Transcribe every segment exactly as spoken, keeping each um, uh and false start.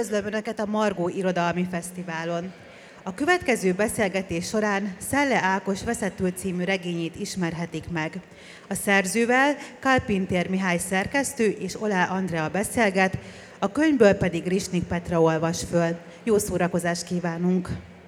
Üdvözlöm Önöket a Margó Irodalmi Fesztiválon. A következő beszélgetés során Szelle Ákos Veszettül című regényét ismerhetik meg. A szerzővel Kálpintér Mihály szerkesztő és Olá Andrea beszélget, a könyvből pedig Risnik Petra olvas föl. Jó szórakozást kívánunk!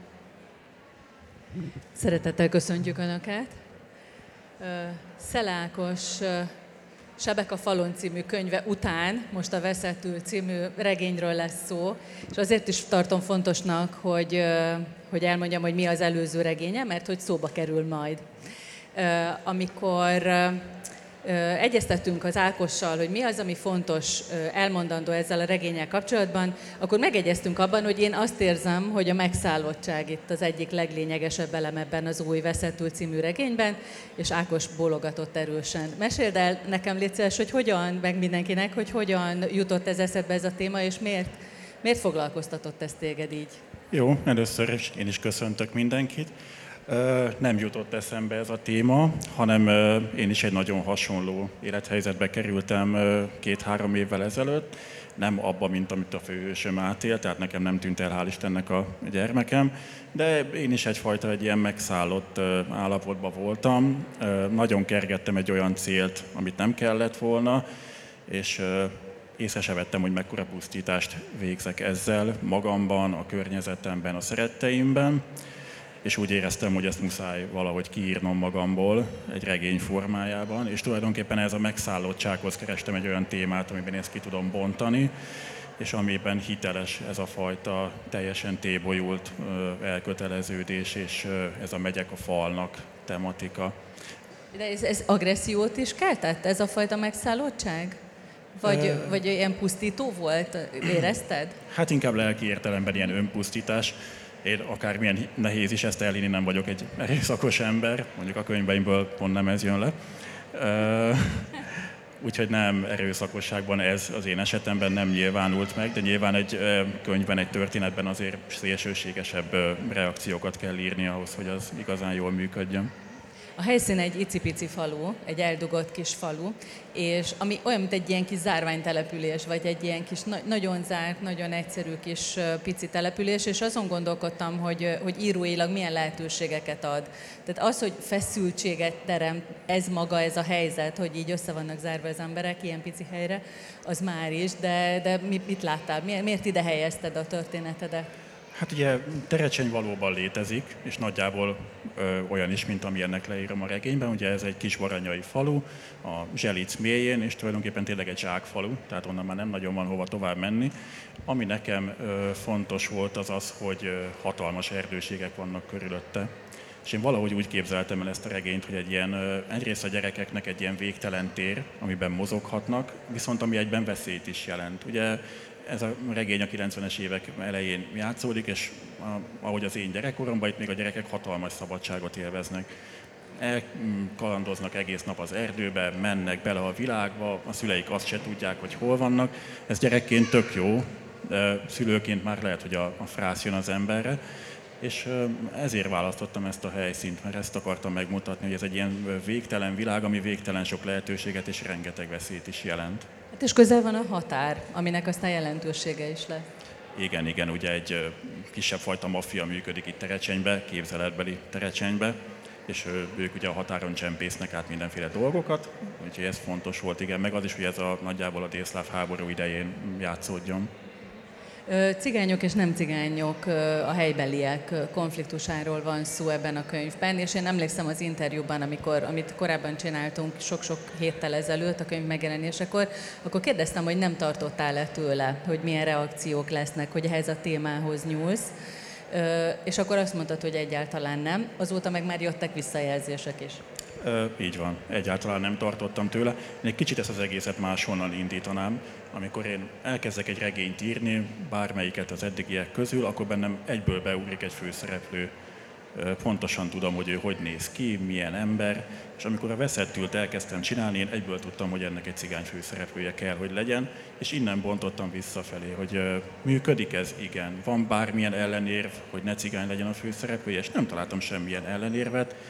Szeretettel köszöntjük Önöket! Szelle Ákos Sebek a falon című könyve után most a Veszettül című regényről lesz szó, és azért is tartom fontosnak, hogy, hogy elmondjam, hogy mi az előző regénye, mert hogy szóba kerül majd. Amikor egyeztettünk az Ákossal, hogy mi az, ami fontos elmondandó ezzel a regénnyel kapcsolatban, akkor megegyeztünk abban, hogy én azt érzem, hogy a megszállottság itt az egyik leglényegesebb elem ebben az új Veszettül című regényben, és Ákos bólogatott erősen. Meséld el nekem, légy szíves, hogy hogyan, meg mindenkinek, hogy hogyan jutott ez eszedbe ez a téma, és miért, miért foglalkoztatott ez téged így? Jó, először is én is köszöntök mindenkit. Nem jutott eszembe ez a téma, hanem én is egy nagyon hasonló élethelyzetbe kerültem két-három évvel ezelőtt. Nem abba, mint amit a főhősöm átélt, tehát nekem nem tűnt el, hál' Istennek a gyermekem, de én is egyfajta egy ilyen megszállott állapotban voltam. Nagyon kergettem egy olyan célt, amit nem kellett volna, és észre se vettem, hogy mekkora pusztítást végzek ezzel magamban, a környezetemben, a szeretteimben. És úgy éreztem, hogy ezt muszáj valahogy kiírnom magamból egy regény formájában, és tulajdonképpen ez a megszállottsághoz kerestem egy olyan témát, amiben ezt ki tudom bontani, és amiben hiteles ez a fajta teljesen tébolyult elköteleződés, és ez a megyek a falnak tematika. De ez, ez agressziót is keltett, ez a fajta megszállottság? Vagy, e... vagy ilyen pusztító volt, érezted? Hát inkább lelki értelemben ilyen önpusztítás. Én akármilyen nehéz is ezt elhinni, nem vagyok egy erőszakos ember, mondjuk a könyveimből pont nem ez jön le. Úgyhogy nem erőszakosságban ez az én esetemben nem nyilvánult meg, de nyilván egy könyvben, egy történetben azért szélsőségesebb reakciókat kell írni ahhoz, hogy az igazán jól működjön. A helyszín egy icipici falu, egy eldugott kis falu, és ami olyan, mint egy ilyen kis zárványtelepülés, vagy egy ilyen kis na- nagyon zárt, nagyon egyszerű kis pici település, és azon gondolkodtam, hogy, hogy íróilag milyen lehetőségeket ad. Tehát az, hogy feszültséget teremt, ez maga, ez a helyzet, hogy így össze vannak zárva az emberek ilyen pici helyre, az már is, de, de mit, mit láttál? Miért, miért ide helyezted a történetedet? Hát ugye Terecseny valóban létezik, és nagyjából ö, olyan is, mint amilyennek leírom a regényben. Ugye ez egy kis varanyai falu, a Zselic mélyén, és tulajdonképpen tényleg egy zsákfalu, tehát onnan már nem nagyon van hova tovább menni. Ami nekem ö, fontos volt az az, hogy ö, hatalmas erdőségek vannak körülötte. És én valahogy úgy képzeltem el ezt a regényt, hogy egy ilyen, ö, egyrészt a gyerekeknek egy ilyen végtelen tér, amiben mozoghatnak, viszont ami egyben veszélyt is jelent. Ugye ez a regény a kilencvenes évek elején játszódik, és ahogy az én gyerekkoromban, itt még a gyerekek hatalmas szabadságot élveznek. Elkalandoznak egész nap az erdőbe, mennek bele a világba, a szüleik azt se tudják, hogy hol vannak. Ez gyerekként tök jó, de szülőként már lehet, hogy a, a frász jön az emberre. És ezért választottam ezt a helyszínt, mert ezt akartam megmutatni, hogy ez egy ilyen végtelen világ, ami végtelen sok lehetőséget és rengeteg veszélyt is jelent. Hát és közel van a határ, aminek aztán jelentősége is lesz. Igen, igen, ugye egy kisebb fajta maffia működik itt Terecsenybe, képzeletbeli Terecsenybe, és ők ugye a határon csempésznek át mindenféle dolgokat, úgyhogy ez fontos volt, igen, meg az is, hogy ez a nagyjából a délszláv háború idején játszódjon. Cigányok és nem cigányok, a helybeliek konfliktusáról van szó ebben a könyvben, és én emlékszem az interjúban, amikor, amit korábban csináltunk sok-sok héttel ezelőtt a könyv megjelenésekor, akkor kérdeztem, hogy nem tartottál-e tőle, hogy milyen reakciók lesznek, hogy ehhez a témához nyúlsz, és akkor azt mondtad, hogy egyáltalán nem, azóta meg már jöttek visszajelzések is. Így van, egyáltalán nem tartottam tőle. Én egy kicsit ezt az egészet máshonnan indítanám. Amikor én elkezdek egy regényt írni, bármelyiket az eddigiek közül, akkor bennem egyből beugrik egy főszereplő. Pontosan tudom, hogy ő hogy néz ki, milyen ember, és amikor a Veszettült elkezdtem csinálni, én egyből tudtam, hogy ennek egy cigány főszereplője kell, hogy legyen, és innen bontottam visszafelé, hogy működik ez, igen. Van bármilyen ellenérv, hogy ne cigány legyen a főszereplője, és nem találtam semmilyen ellenérvet.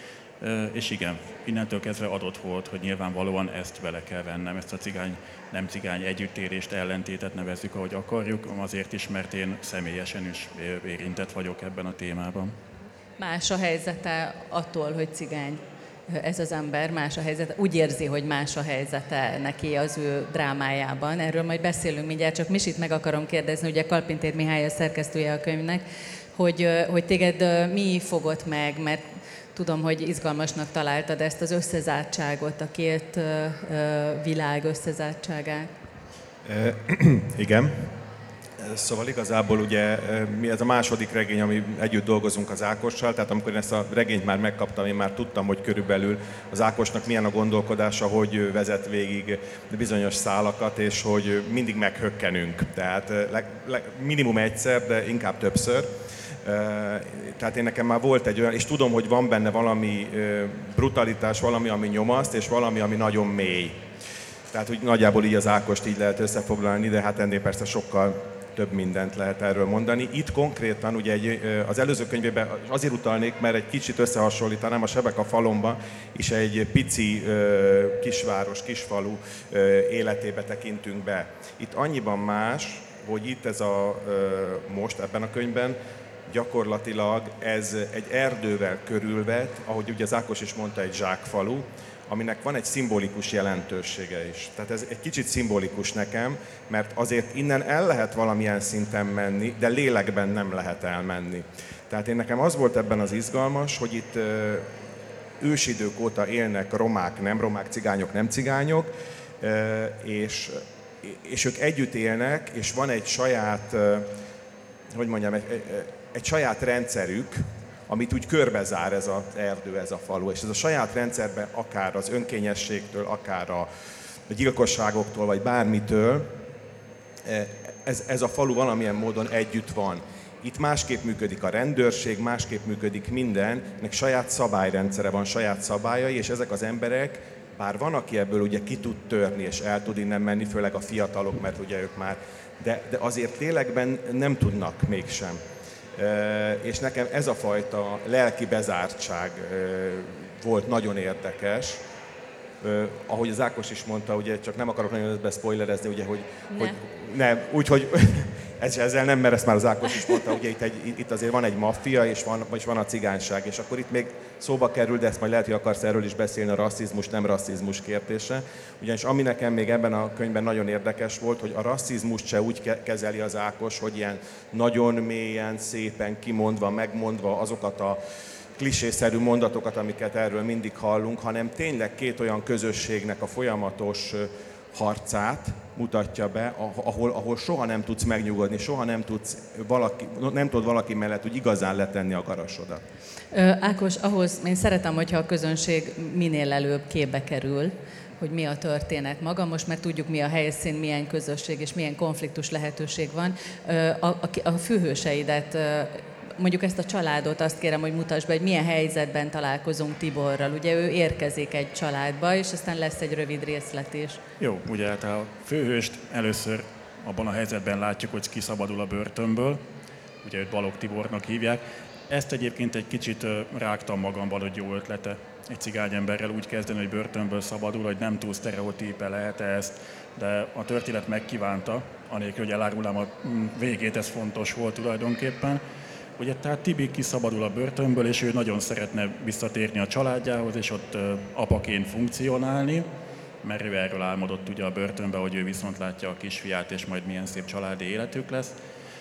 És igen, innentől kezdve adott volt, hogy nyilvánvalóan ezt bele kell vennem, ezt a cigány-nem cigány együttélést, ellentétet nevezzük, ahogy akarjuk, azért is, mert én személyesen is érintett vagyok ebben a témában. Más a helyzete attól, hogy cigány ez az ember, más a helyzete, úgy érzi, hogy más a helyzete neki az ő drámájában. Erről majd beszélünk mindjárt, csak Misit meg akarom kérdezni, ugye Karpintér Mihály a szerkesztője a könyvnek, hogy, hogy téged mi fogott meg, mert tudom, hogy izgalmasnak találtad ezt az összezártságot, a két világ összezártságát. E, igen. Szóval igazából ugye mi ez a második regény, ami együtt dolgozunk az Ákossal, tehát amikor én ezt a regényt már megkaptam, én már tudtam, hogy körülbelül az Ákosnak milyen a gondolkodása, hogy vezet végig bizonyos szálakat, és hogy mindig meghökkenünk. Tehát leg, leg, minimum egyszer, de inkább többször. Tehát én nekem már volt egy olyan, és tudom, hogy van benne valami brutalitás, valami, ami nyomaszt, és valami, ami nagyon mély. Tehát úgy nagyjából így az Ákost így lehet összefoglalni, de hát ennél persze sokkal több mindent lehet erről mondani. Itt konkrétan ugye egy, az előző könyvében azért utalnék, mert egy kicsit összehasonlítanám, a Sebek a falomba is egy pici kisváros, kisfalu életébe tekintünk be. Itt annyiban más, hogy itt ez a most ebben a könyvben gyakorlatilag ez egy erdővel körülvett, ahogy ugye az Ákos is mondta, egy zsákfalu, aminek van egy szimbolikus jelentősége is. Tehát ez egy kicsit szimbolikus nekem, mert azért innen el lehet valamilyen szinten menni, de lélekben nem lehet elmenni. Tehát én nekem az volt ebben az izgalmas, hogy itt ősidők óta élnek romák, nem romák, cigányok, nem cigányok, és, és ők együtt élnek, és van egy saját, hogy mondjam, egy, egy saját rendszerük, amit úgy körbezár ez az erdő, ez a falu. És ez a saját rendszerben akár az önkényességtől, akár a gyilkosságoktól, vagy bármitől, ez, ez a falu valamilyen módon együtt van. Itt másképp működik a rendőrség, másképp működik minden, ennek saját szabályrendszere van, saját szabályai, és ezek az emberek, bár van, aki ebből ugye ki tud törni, és el tud innen menni, főleg a fiatalok, mert ugye ők már, de, de azért lélekben nem tudnak mégsem. És nekem ez a fajta lelki bezártság volt nagyon érdekes. Ahogy az Ákos is mondta, ugye csak nem akarok nagyon beszpoilerezni, ugye, hogy, ne. hogy nem, úgyhogy ezzel nem, mert ezt már az Ákos is mondta, ugye itt, egy, itt azért van egy maffia, és van, és van a cigányság, és akkor itt még szóba kerül, de ezt majd lehet, hogy akarsz erről is beszélni, a rasszizmus, nem rasszizmus kérdése. Ugyanis ami nekem még ebben a könyvben nagyon érdekes volt, hogy a rasszizmust se úgy kezeli az Ákos, hogy ilyen nagyon mélyen, szépen kimondva, megmondva azokat a klisészerű mondatokat, amiket erről mindig hallunk, hanem tényleg két olyan közösségnek a folyamatos harcát mutatja be, ahol, ahol soha nem tudsz megnyugodni, soha nem tudsz valaki, nem tudod valaki mellett úgy igazán letenni a garasodat. Ákos, ahhoz én szeretem, hogyha a közönség minél előbb képbe kerül, hogy mi a történet maga. Most már tudjuk, mi a helyszín, milyen közösség és milyen konfliktus lehetőség van. A, a, a főhőseidet, mondjuk ezt a családot azt kérem, hogy mutasd be, hogy milyen helyzetben találkozunk Tiborral. Ugye ő érkezik egy családba, és aztán lesz egy rövid részlet is. Jó, ugye hát a főhőst először abban a helyzetben látjuk, hogy kiszabadul a börtönből. Ugye őt Balogh Tibornak hívják. Ezt egyébként egy kicsit rágtam magamban, hogy jó ötlete egy cigányemberrel úgy kezdeni, hogy börtönből szabadul, hogy nem túl sztereotípe lehet ezt, de a történet megkívánta, anélkül, hogy elárulám a végét, ez fontos volt tulajdonképpen. Ugye, tehát Tibi kiszabadul a börtönből, és ő nagyon szeretne visszatérni a családjához, és ott apaként funkcionálni, mert ő erről álmodott ugye a börtönben, hogy ő viszont látja a kisfiát, és majd milyen szép családi életük lesz.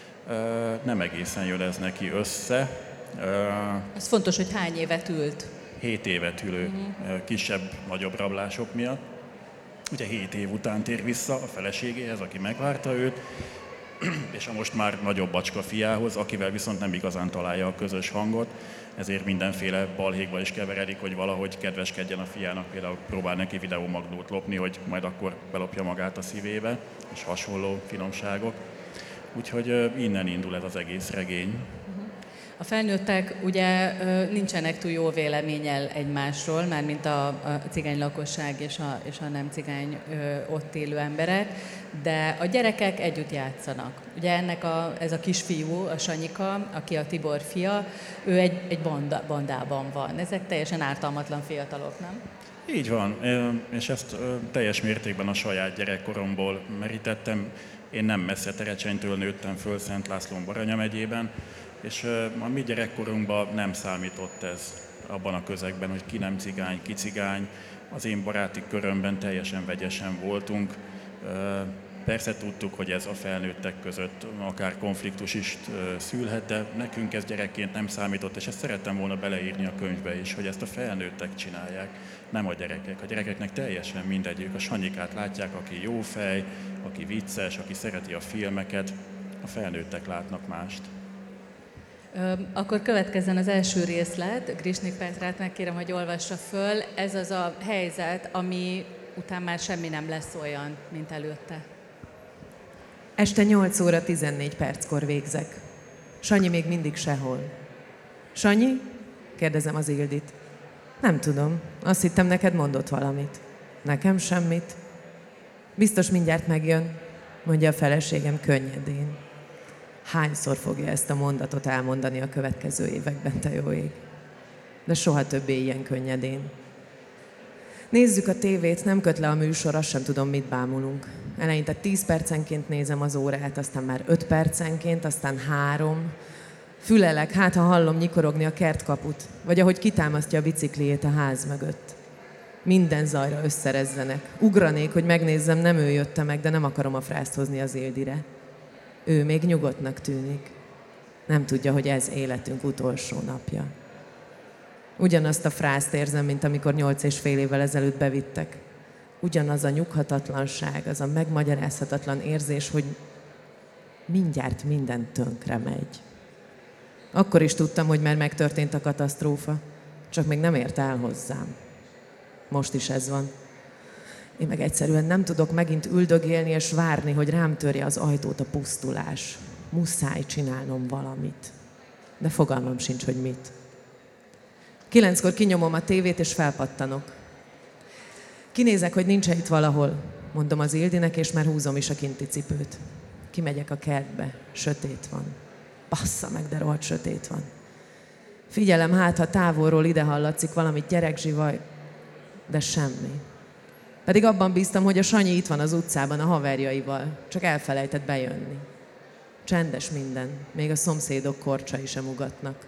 Nem egészen jön ez neki össze. Az fontos, hogy hány évet ült. Hét évet ülő, uh-huh. kisebb-nagyobb rablások miatt. Ugye hét év után tér vissza a feleségéhez, aki megvárta őt, és a most már nagyobb bacska fiához, akivel viszont nem igazán találja a közös hangot, ezért mindenféle balhékba is keveredik, hogy valahogy kedveskedjen a fiának, például próbál neki videómagnót lopni, hogy majd akkor belopja magát a szívébe, és hasonló finomságok. Úgyhogy innen indul ez az egész regény. A felnőttek ugye nincsenek túl jó véleménnyel egymásról, mármint a, a cigány lakosság és a, és a nem cigány ott élő emberek. de a gyerekek együtt játszanak. Ugye ennek a, ez a kisfiú, a Sanyika, aki a Tibor fia, ő egy, egy banda, bandában van. Ezek teljesen ártalmatlan fiatalok, nem? Így van, és ezt teljes mértékben a saját gyerekkoromból merítettem. Én nem messze Terecsenytől nőttem föl Szent Lászlón Baranya megyében, és a mi gyerekkorunkban nem számított ez abban a közegben, hogy ki nem cigány, ki cigány. Az én baráti körömben teljesen vegyesen voltunk. Persze tudtuk, hogy ez a felnőttek között akár konfliktus is szülhet, de nekünk ez gyerekként nem számított, és ezt szerettem volna beleírni a könyvbe is, hogy ezt a felnőttek csinálják, nem a gyerekek. A gyerekeknek teljesen mindegy, ők a Sanyikát látják, aki jó fej, aki vicces, aki szereti a filmeket, a felnőttek látnak mást. Akkor következzen az első részlet. Grisnik Petrát megkérem, hogy olvassa föl. Ez az a helyzet, ami után már semmi nem lesz olyan, mint előtte. Este nyolc óra tizennégy perckor végzek. Sanyi még mindig sehol. Sanyi? Kérdezem az Ildit. Nem tudom. Azt hittem, neked mondott valamit. Nekem semmit. Biztos mindjárt megjön, mondja a feleségem könnyedén. Hányszor fogja ezt a mondatot elmondani a következő években, te jó ég? De soha többé ilyen könnyedén. Nézzük a tévét, nem köt le a műsor, azt sem tudom, mit bámulunk. Eleinte tíz percenként nézem az órát, aztán már öt percenként, aztán három. Fülelek, hát ha hallom nyikorogni a kertkaput, vagy ahogy kitámasztja a bicikliét a ház mögött. Minden zajra összerezzenek. Ugranék, hogy megnézzem, nem ő jötte meg, de nem akarom a frászt hozni az Ildire. Ő még nyugodtnak tűnik. Nem tudja, hogy ez életünk utolsó napja. Ugyanazt a frászt érzem, mint amikor nyolc és fél évvel ezelőtt bevittek. Ugyanaz a nyughatatlanság, az a megmagyarázhatatlan érzés, hogy mindjárt minden tönkre megy. Akkor is tudtam, hogy már megtörtént a katasztrófa, csak még nem ért el hozzám. Most is ez van. Én meg egyszerűen nem tudok megint üldögélni és várni, hogy rám törje az ajtót a pusztulás. Muszáj csinálnom valamit. De fogalmam sincs, hogy mit. Kilenckor kinyomom a tévét és felpattanok. Kinézek, hogy nincs itt valahol, mondom az Ildinek, és már húzom is a kinti cipőt. Kimegyek a kertbe, sötét van. Bassza meg, de rohadt sötét van. Figyelem, hát ha távolról ide hallatszik valami gyerekzsivaj, de semmi. Pedig abban bíztam, hogy a Sanyi itt van az utcában a haverjaival, csak elfelejtett bejönni. Csendes minden, még a szomszédok korcsai sem ugatnak.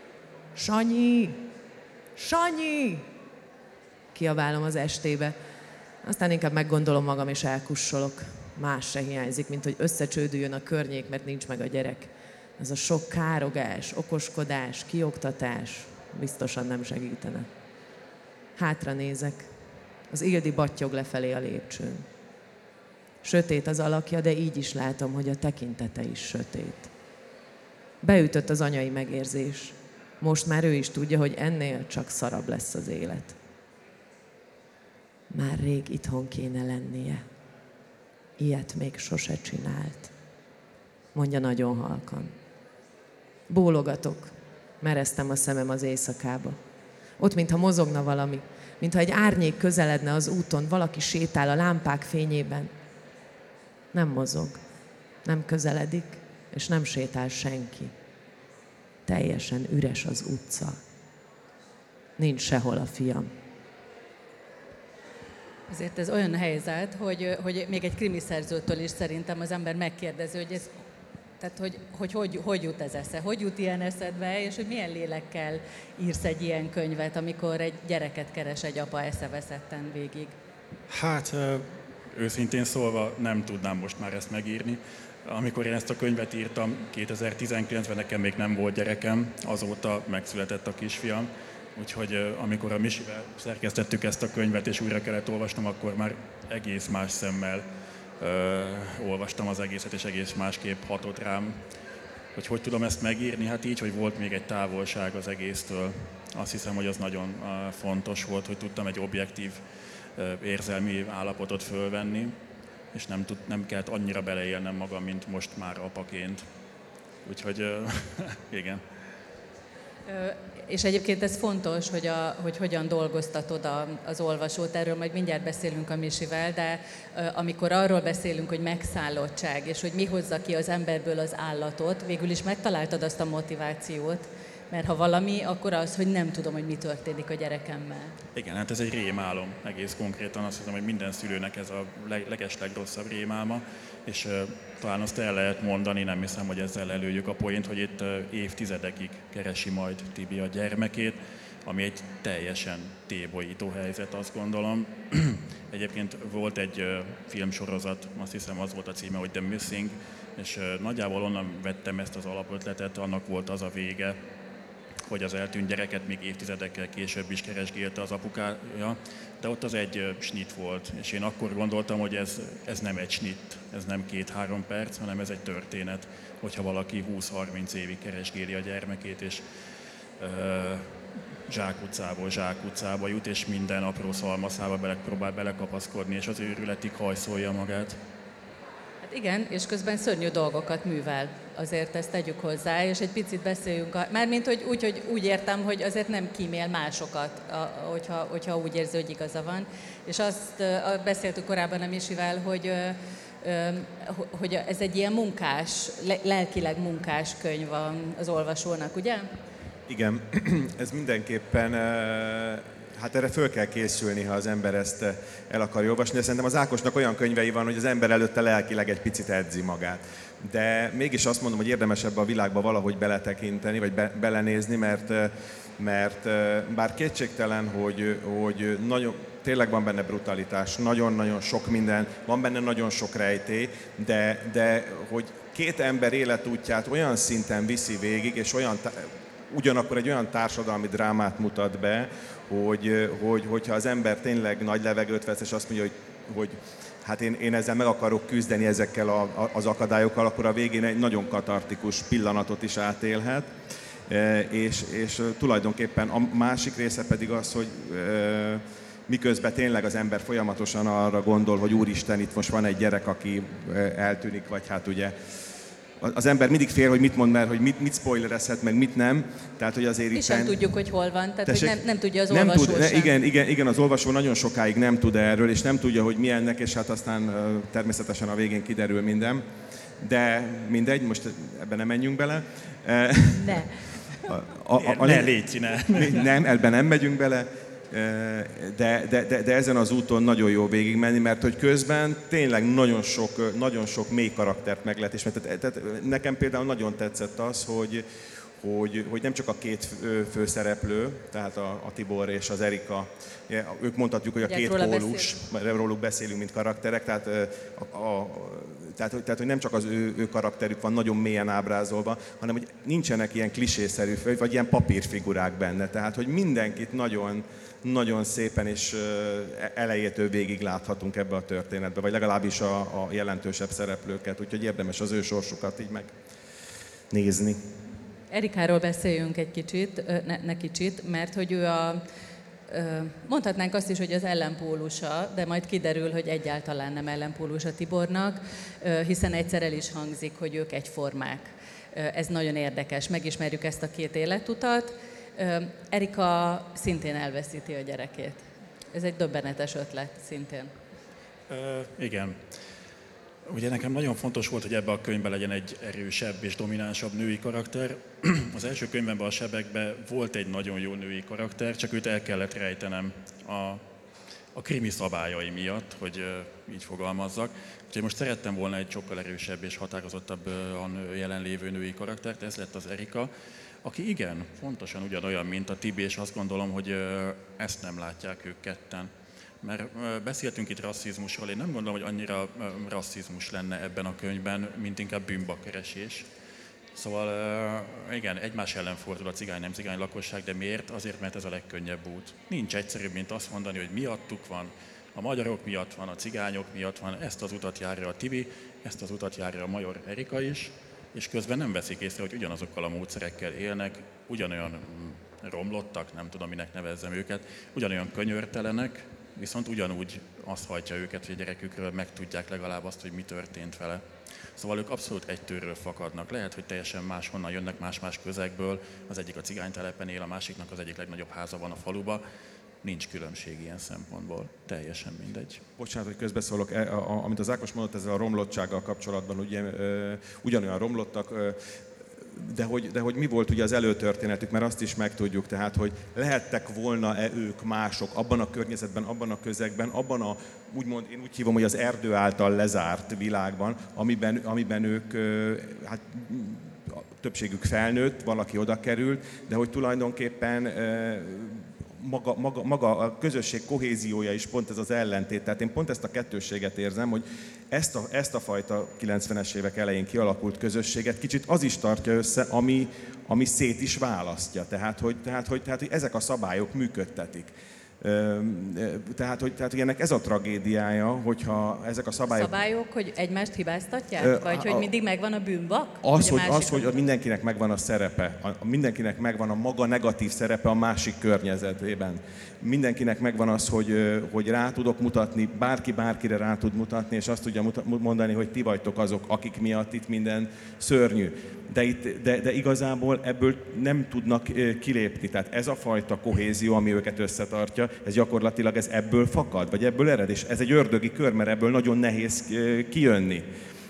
Sanyi! Sanyi! Kiabálom az estébe. Aztán inkább meggondolom magam és elkussolok. Más se hiányzik, mint hogy összecsődüljön a környék, mert nincs meg a gyerek. Ez a sok károgás, okoskodás, kioktatás biztosan nem segítene. Hátra nézek. Az Ildi battyog lefelé a lépcsőn. Sötét az alakja, de így is látom, hogy a tekintete is sötét. Beütött az anyai megérzés. Most már ő is tudja, hogy ennél csak szarabb lesz az élet. Már rég itthon kéne lennie. Ilyet még sose csinált. Mondja nagyon halkan. Bólogatok. Mereztem a szemem az éjszakába. Ott, mintha mozogna valami, mintha egy árnyék közeledne az úton, valaki sétál a lámpák fényében. Nem mozog, nem közeledik, és nem sétál senki. Teljesen üres az utca. Nincs sehol a fiam. Ezért ez olyan helyzet, hogy, hogy még egy krimiszerzőtől is szerintem az ember megkérdezi, hogy ez, tehát hogy, hogy, hogy hogy jut ez esze, hogy jut ilyen eszedbe, és hogy milyen lélekkel írsz egy ilyen könyvet, amikor egy gyereket keres egy apa eszeveszetten végig. Hát őszintén szólva nem tudnám most már ezt megírni. Amikor én ezt a könyvet írtam, kétezer-tizenkilencben nekem még nem volt gyerekem, azóta megszületett a kisfiam. Úgyhogy amikor a Misivel szerkesztettük ezt a könyvet, és újra kellett olvasnom, akkor már egész más szemmel ö, olvastam az egészet, és egész másképp hatott rám. Hogy hogy tudom ezt megírni? Hát így, hogy volt még egy távolság az egésztől. Azt hiszem, hogy az nagyon uh, fontos volt, hogy tudtam egy objektív uh, érzelmi állapotot fölvenni, és nem, tud, nem kellett annyira beleélnem magam, mint most már apaként. Úgyhogy uh, igen. És egyébként ez fontos, hogy, a, hogy hogyan dolgoztatod a, az olvasót, erről majd mindjárt beszélünk a Misivel, de amikor arról beszélünk, hogy megszállottság, és hogy mi hozza ki az emberből az állatot, végül is megtaláltad azt a motivációt, mert ha valami, akkor az, hogy nem tudom, hogy mi történik a gyerekemmel. Igen, hát ez egy rémálom, egész konkrétan azt hiszem, hogy minden szülőnek ez a legeslegrosszabb rémálma, és uh, talán azt el lehet mondani, nem hiszem, hogy ezzel előjük a poént, hogy itt uh, évtizedekig keresi majd Tibi a gyermekét, ami egy teljesen tébolyító helyzet, azt gondolom. Egyébként volt egy uh, filmsorozat, azt hiszem az volt a címe, hogy The Missing, és uh, nagyjából onnan vettem ezt az alapötletet, annak volt az a vége, hogy az eltűnt gyereket még évtizedekkel később is keresgélte az apukája, de ott az egy snit volt, és én akkor gondoltam, hogy ez, ez nem egy snit, ez nem két-három perc, hanem ez egy történet, hogyha valaki húsz-harminc évig keresgéli a gyermekét, és ö, zsákutcából zsákutcába jut, és minden apró szalmaszába bele, próbál belekapaszkodni, és az őrületig hajszolja magát. Hát igen, és közben szörnyű dolgokat művel, azért ezt tegyük hozzá, és egy picit beszéljünk, a, mármint hogy úgy, hogy úgy értem, hogy azért nem kímél másokat, a, hogyha, hogyha úgy érzi, hogy igaza van. És azt a, beszéltük korábban a Misivel, hogy, ö, hogy ez egy ilyen munkás, lelkileg munkás könyv az olvasónak, ugye? Igen, ez mindenképpen, hát erre föl kell készülni, ha az ember ezt el akarja olvasni, de szerintem az Ákosnak olyan könyvei van, hogy az ember előtte lelkileg egy picit edzi magát. De mégis azt mondom, hogy érdemes ebbe a világba valahogy beletekinteni, vagy be, belenézni, mert, mert bár kétségtelen, hogy, hogy nagyon, tényleg van benne brutalitás, nagyon-nagyon sok minden, van benne nagyon sok rejtély, de, de hogy két ember életútját olyan szinten viszi végig, és olyan ugyanakkor egy olyan társadalmi drámát mutat be, hogy, hogy, hogyha az ember tényleg nagy levegőt vesz, és azt mondja, hogy, hogy hát én, én ezzel meg akarok küzdeni ezekkel a, a, az akadályokkal, akkor a végén egy nagyon katartikus pillanatot is átélhet. E, és, és tulajdonképpen a másik része pedig az, hogy e, miközben tényleg az ember folyamatosan arra gondol, hogy úristen, itt most van egy gyerek, aki eltűnik, vagy hát ugye az ember mindig fél, hogy mit mond, mert hogy mit, mit spoilerezhet, meg mit nem. Tehát, hogy azért mi sem tudjuk, hogy hol van, tehát hogy nem, nem tudja az nem olvasó tud, sem. Igen, igen, igen, az olvasó nagyon sokáig nem tud erről, és nem tudja, hogy mi ennek, és hát aztán természetesen a végén kiderül minden. De mindegy, most ebben nem menjünk bele. Ne. A, a, a, a, ne, légy, ne. Nem, ebben nem megyünk bele. De, de, de, de ezen az úton nagyon jó végigmenni, mert hogy közben tényleg nagyon sok, nagyon sok mély karaktert meg lehet ismerni. Tehát, tehát nekem például nagyon tetszett az, hogy, hogy, hogy nem csak a két főszereplő, tehát a, a Tibor és az Erika, ők mondhatjuk, hogy a két pólus, róluk beszélünk, mint karakterek, tehát, a, a, tehát, tehát hogy nem csak az ő, ő karakterük van nagyon mélyen ábrázolva, hanem hogy nincsenek ilyen klisészerű, vagy ilyen papírfigurák benne. Tehát, hogy mindenkit nagyon, nagyon szépen és elejétől végig láthatunk ebbe a történetbe, vagy legalábbis a, a jelentősebb szereplőket, úgyhogy érdemes az ő sorsukat így megnézni. Erikáról beszéljünk egy kicsit, ne, ne kicsit, mert hogy ő a, mondhatnánk azt is, hogy az ellenpólusa, de majd kiderül, hogy egyáltalán nem ellenpólusa Tibornak, hiszen egyszer el is hangzik, hogy ők egyformák. Ez nagyon érdekes, megismerjük ezt a két életutat. Erika szintén elveszíti a gyerekét. Ez egy döbbenetes ötlet szintén. Uh, igen. Ugye nekem nagyon fontos volt, hogy ebben a könyvben legyen egy erősebb és dominánsabb női karakter. Az első könyvemben, a Sebekben volt egy nagyon jó női karakter, csak őt el kellett rejtenem a, a krimi szabályai miatt, hogy uh, így fogalmazzak. Úgyhogy most szerettem volna egy sokkal erősebb és határozottabban jelenlévő női karaktert, ez lett az Erika, aki igen, fontosan ugyanolyan, mint a Tibi, és azt gondolom, hogy uh, ezt nem látják ők ketten. Mert beszéltünk itt rasszizmusról, én nem gondolom, hogy annyira rasszizmus lenne ebben a könyvben, mint inkább bűnbakkeresés. Szóval igen, egymás ellen fordul a cigány, nem cigány lakosság, de miért? Azért, mert ez a legkönnyebb út. Nincs egyszerűbb, mint azt mondani, hogy miattuk van, a magyarok miatt van, a cigányok miatt van, ezt az utat járja a Tibi, ezt az utat járja a major Erika is, és közben nem veszik észre, hogy ugyanazokkal a módszerekkel élnek, ugyanolyan romlottak, nem tudom, minek nevezzem őket, ugyanolyan könyörtelenek, viszont ugyanúgy azt hajtja őket, hogy a gyerekükről megtudják legalább azt, hogy mi történt vele. Szóval ők abszolút egy tőről fakadnak. Lehet, hogy teljesen máshonnan jönnek, más-más közegből. Az egyik a cigánytelepen él, a másiknak az egyik legnagyobb háza van a faluba. Nincs különbség ilyen szempontból. Teljesen mindegy. Bocsánat, hogy közbeszólok. E, a, a, amit az Ákos mondott ezzel a romlottsággal kapcsolatban, ugye e, ugyanolyan romlottak, e, de hogy, de hogy mi volt ugye az előtörténetük, mert azt is megtudjuk, tehát, hogy lehettek volna-e ők mások abban a környezetben, abban a közegben, abban a, úgymond, én úgy hívom, hogy az erdő által lezárt világban, amiben, amiben ők, hát a többségük felnőtt, valaki oda került, de hogy tulajdonképpen Maga, maga, maga a közösség kohéziója is pont ez az ellentét. Tehát én pont ezt a kettősséget érzem, hogy ezt a, ezt a fajta kilencvenes évek elején kialakult közösséget kicsit az is tartja össze, ami, ami szét is választja. Tehát hogy, tehát, hogy, tehát, hogy ezek a szabályok működtetik. Tehát hogy, tehát, hogy ennek ez a tragédiája, hogyha ezek a szabályok... Szabályok, hogy egymást hibáztatják? Ö, Vagy a, hogy mindig megvan a bűnbak? Az, hogy, a az, hogy mindenkinek megvan a szerepe, a, mindenkinek megvan a maga negatív szerepe a másik környezetében. Mindenkinek megvan az, hogy, hogy rá tudok mutatni, bárki bárkire rá tud mutatni, és azt tudja mondani, hogy ti vagytok azok, akik miatt itt minden szörnyű. De, itt, de, de igazából ebből nem tudnak kilépni. Tehát ez a fajta kohézió, ami őket összetartja, ez gyakorlatilag ez ebből fakad, vagy ebből ered, és ez egy ördögi kör, mert ebből nagyon nehéz kijönni.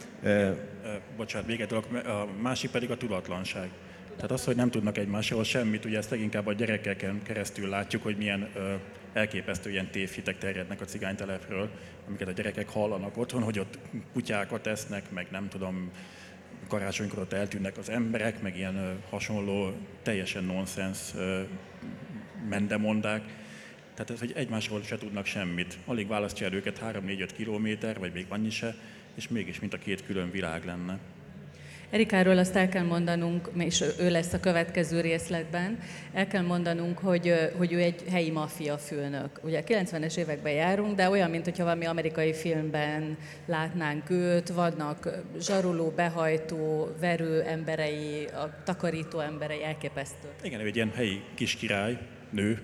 Bocsánat, még egy dolog, a másik pedig a tudatlanság. Tehát az, hogy nem tudnak egymásról semmit, ugye ezt leginkább a gyerekeken keresztül látjuk, hogy milyen ö, elképesztő ilyen tévhitek terjednek a cigánytelepről, amiket a gyerekek hallanak otthon, hogy ott kutyákat esznek, meg nem tudom, karácsonykor ott eltűnnek az emberek, meg ilyen ö, hasonló, teljesen nonsens ö, mendemondák. Tehát ez, hogy egymásról se tudnak semmit. Alig választja el őket három-négy-öt kilométer, vagy még annyi se, és mégis mint a két külön világ lenne. Erikáról azt el kell mondanunk, és ő lesz a következő részletben, el kell mondanunk, hogy, hogy ő egy helyi maffia főnök. Ugye kilencvenes években járunk, de olyan, mintha valami amerikai filmben látnánk őt, vannak zsaroló, behajtó, verő emberei, a takarító emberei, elképesztő. Igen, ő egy ilyen helyi kis király, nő,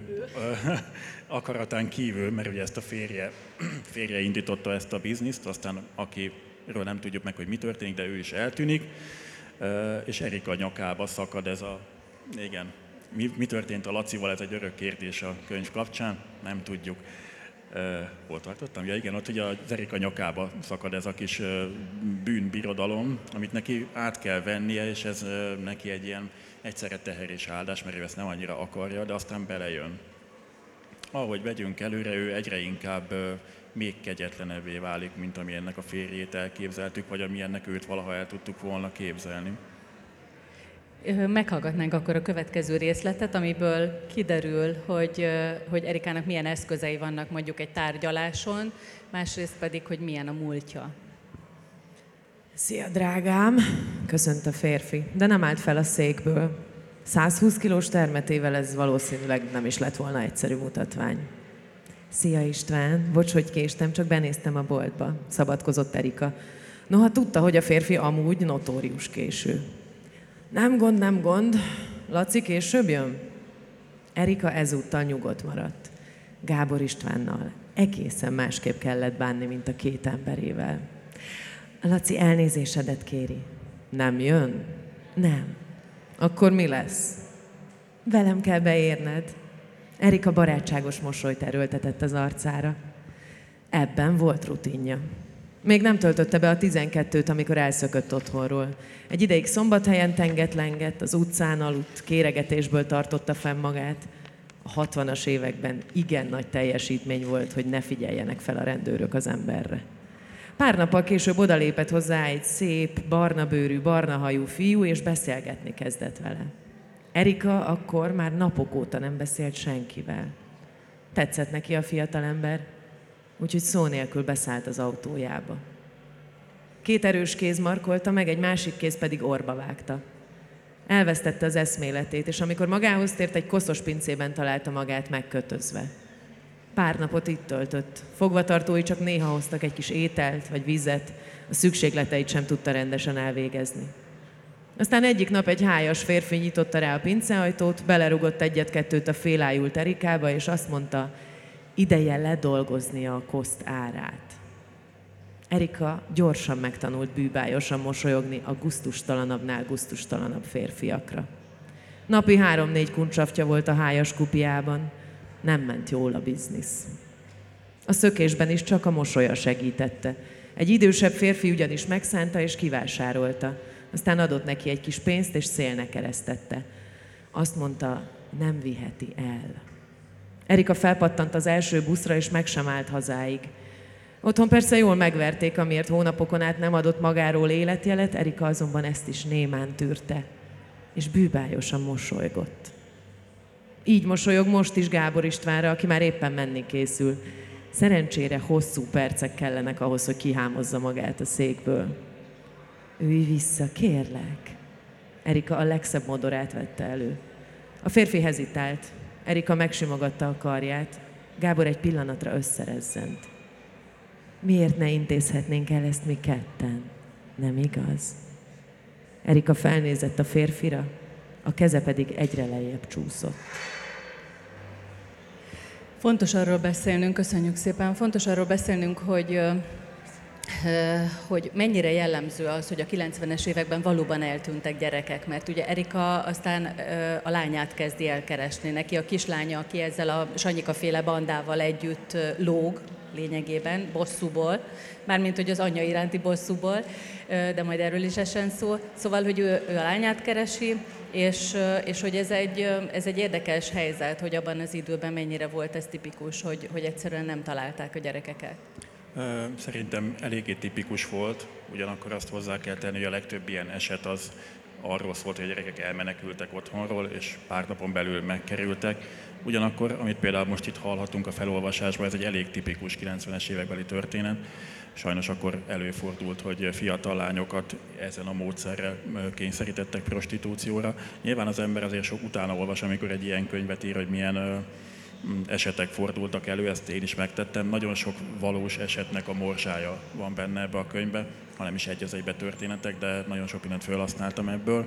akaratán kívül, mert ugye ezt a férje, férje indította ezt a bizniszt, aztán aki ről nem tudjuk meg, hogy mi történik, de ő is eltűnik, és Erika nyakába szakad ez a... Igen, mi, mi történt a Lacival, ez egy örök kérdés a könyv kapcsán, nem tudjuk. Hol tartottam? Ja igen, ott ugye az Erika nyakába szakad ez a kis bűnbirodalom, amit neki át kell vennie, és ez neki egy ilyen egyszerre teher és áldás, mert ő ezt nem annyira akarja, de aztán belejön. Ahogy vegyünk előre, ő egyre inkább még kegyetlenebbé válik, mint ami ennek a férjét elképzeltük, vagy ami ennek őt valaha el tudtuk volna képzelni. Meghallgatnánk akkor a következő részletet, amiből kiderül, hogy, hogy Erikának milyen eszközei vannak mondjuk egy tárgyaláson, másrészt pedig, hogy milyen a múltja. Szia, drágám! Köszönt a férfi, de nem állt fel a székből. százhúsz kilós termetével ez valószínűleg nem is lett volna egyszerű mutatvány. Szia István, bocs, hogy késtem, csak benéztem a boltba, szabadkozott Erika. Noha tudta, hogy a férfi amúgy notórius késő. Nem gond, nem gond. Laci később jön? Erika ezúttal nyugodt maradt. Gábor Istvánnal egészen másképp kellett bánni, mint a két emberével. Laci elnézésedet kéri. Nem jön? Nem. Akkor mi lesz? Velem kell beérned. Erika barátságos mosolyt erőltetett az arcára. Ebben volt rutinja. Még nem töltötte be a tizenkettőt, amikor elszökött otthonról. Egy ideig Szombathelyen tenget-lengett, az utcán aludt, kéregetésből tartotta fenn magát. A hatvanas években igen nagy teljesítmény volt, hogy ne figyeljenek fel a rendőrök az emberre. Pár nappal később odalépett hozzá egy szép, barna bőrű, barna hajú fiú, és beszélgetni kezdett vele. Erika akkor már napok óta nem beszélt senkivel. Tetszett neki a fiatalember, úgyhogy szó nélkül beszállt az autójába. Két erős kéz markolta meg, egy másik kéz pedig orba vágta. Elvesztette az eszméletét, és amikor magához tért, egy koszos pincében találta magát megkötözve. Pár napot itt töltött. Fogvatartói csak néha hoztak egy kis ételt vagy vizet, a szükségleteit sem tudta rendesen elvégezni. Aztán egyik nap egy hájas férfi nyitotta rá a pinceajtót, belerugott egyet-kettőt a félájult Erikába, és azt mondta, ideje ledolgoznia a koszt árát. Erika gyorsan megtanult bűbályosan mosolyogni a gusztustalanabbnál gusztustalanabb férfiakra. Napi három-négy kuncsaftja volt a hájas kupiában. Nem ment jól a biznisz. A szökésben is csak a mosolya segítette. Egy idősebb férfi ugyanis megszánta és kivásárolta. Aztán adott neki egy kis pénzt és szélnek eresztette. Azt mondta, nem viheti el. Erika felpattant az első buszra és meg sem állt hazáig. Otthon persze jól megverték, amiért hónapokon át nem adott magáról életjelet, Erika azonban ezt is némán tűrte, és bűbályosan mosolygott. Így mosolyog most is Gábor Istvánra, aki már éppen menni készül. Szerencsére hosszú percek kellenek ahhoz, hogy kihámozza magát a székből. Ülj vissza, kérlek. Erika a legszebb modorát vette elő. A férfi hezitált. Erika megsimogatta a karját. Gábor egy pillanatra összerezzent. Miért ne intézhetnénk el ezt mi ketten? Nem igaz? Erika felnézett a férfira, a keze pedig egyre lejjebb csúszott. Fontos arról beszélnünk, köszönjük szépen, fontos arról beszélnünk, hogy, hogy mennyire jellemző az, hogy a kilencvenes években valóban eltűntek gyerekek, mert ugye Erika aztán a lányát kezdi elkeresni. Neki a kislánya, aki ezzel a Sanyika-féle bandával együtt lóg, lényegében, bosszúból, mármint hogy az anyja iránti bosszúból, de majd erről is esen szó. Szóval, hogy ő, ő a lányát keresi, és, és hogy ez egy, ez egy érdekes helyzet, hogy abban az időben mennyire volt ez tipikus, hogy, hogy egyszerűen nem találták a gyerekeket. Szerintem eléggé tipikus volt, ugyanakkor azt hozzá kell tenni, hogy a legtöbb ilyen eset az arról szólt, hogy a gyerekek elmenekültek otthonról, és pár napon belül megkerültek. Ugyanakkor, amit például most itt hallhatunk a felolvasásban, ez egy elég tipikus kilencvenes évekbeli történet. Sajnos akkor előfordult, hogy fiatal lányokat ezen a módszerrel kényszerítettek prostitúcióra. Nyilván az ember azért sok utána olvas, amikor egy ilyen könyvet ír, hogy milyen esetek fordultak elő, ezt én is megtettem. Nagyon sok valós esetnek a morzsája van benne ebbe a könyvbe, hanem is egy az egybe történetek, de nagyon sok mindent felhasználtam ebből.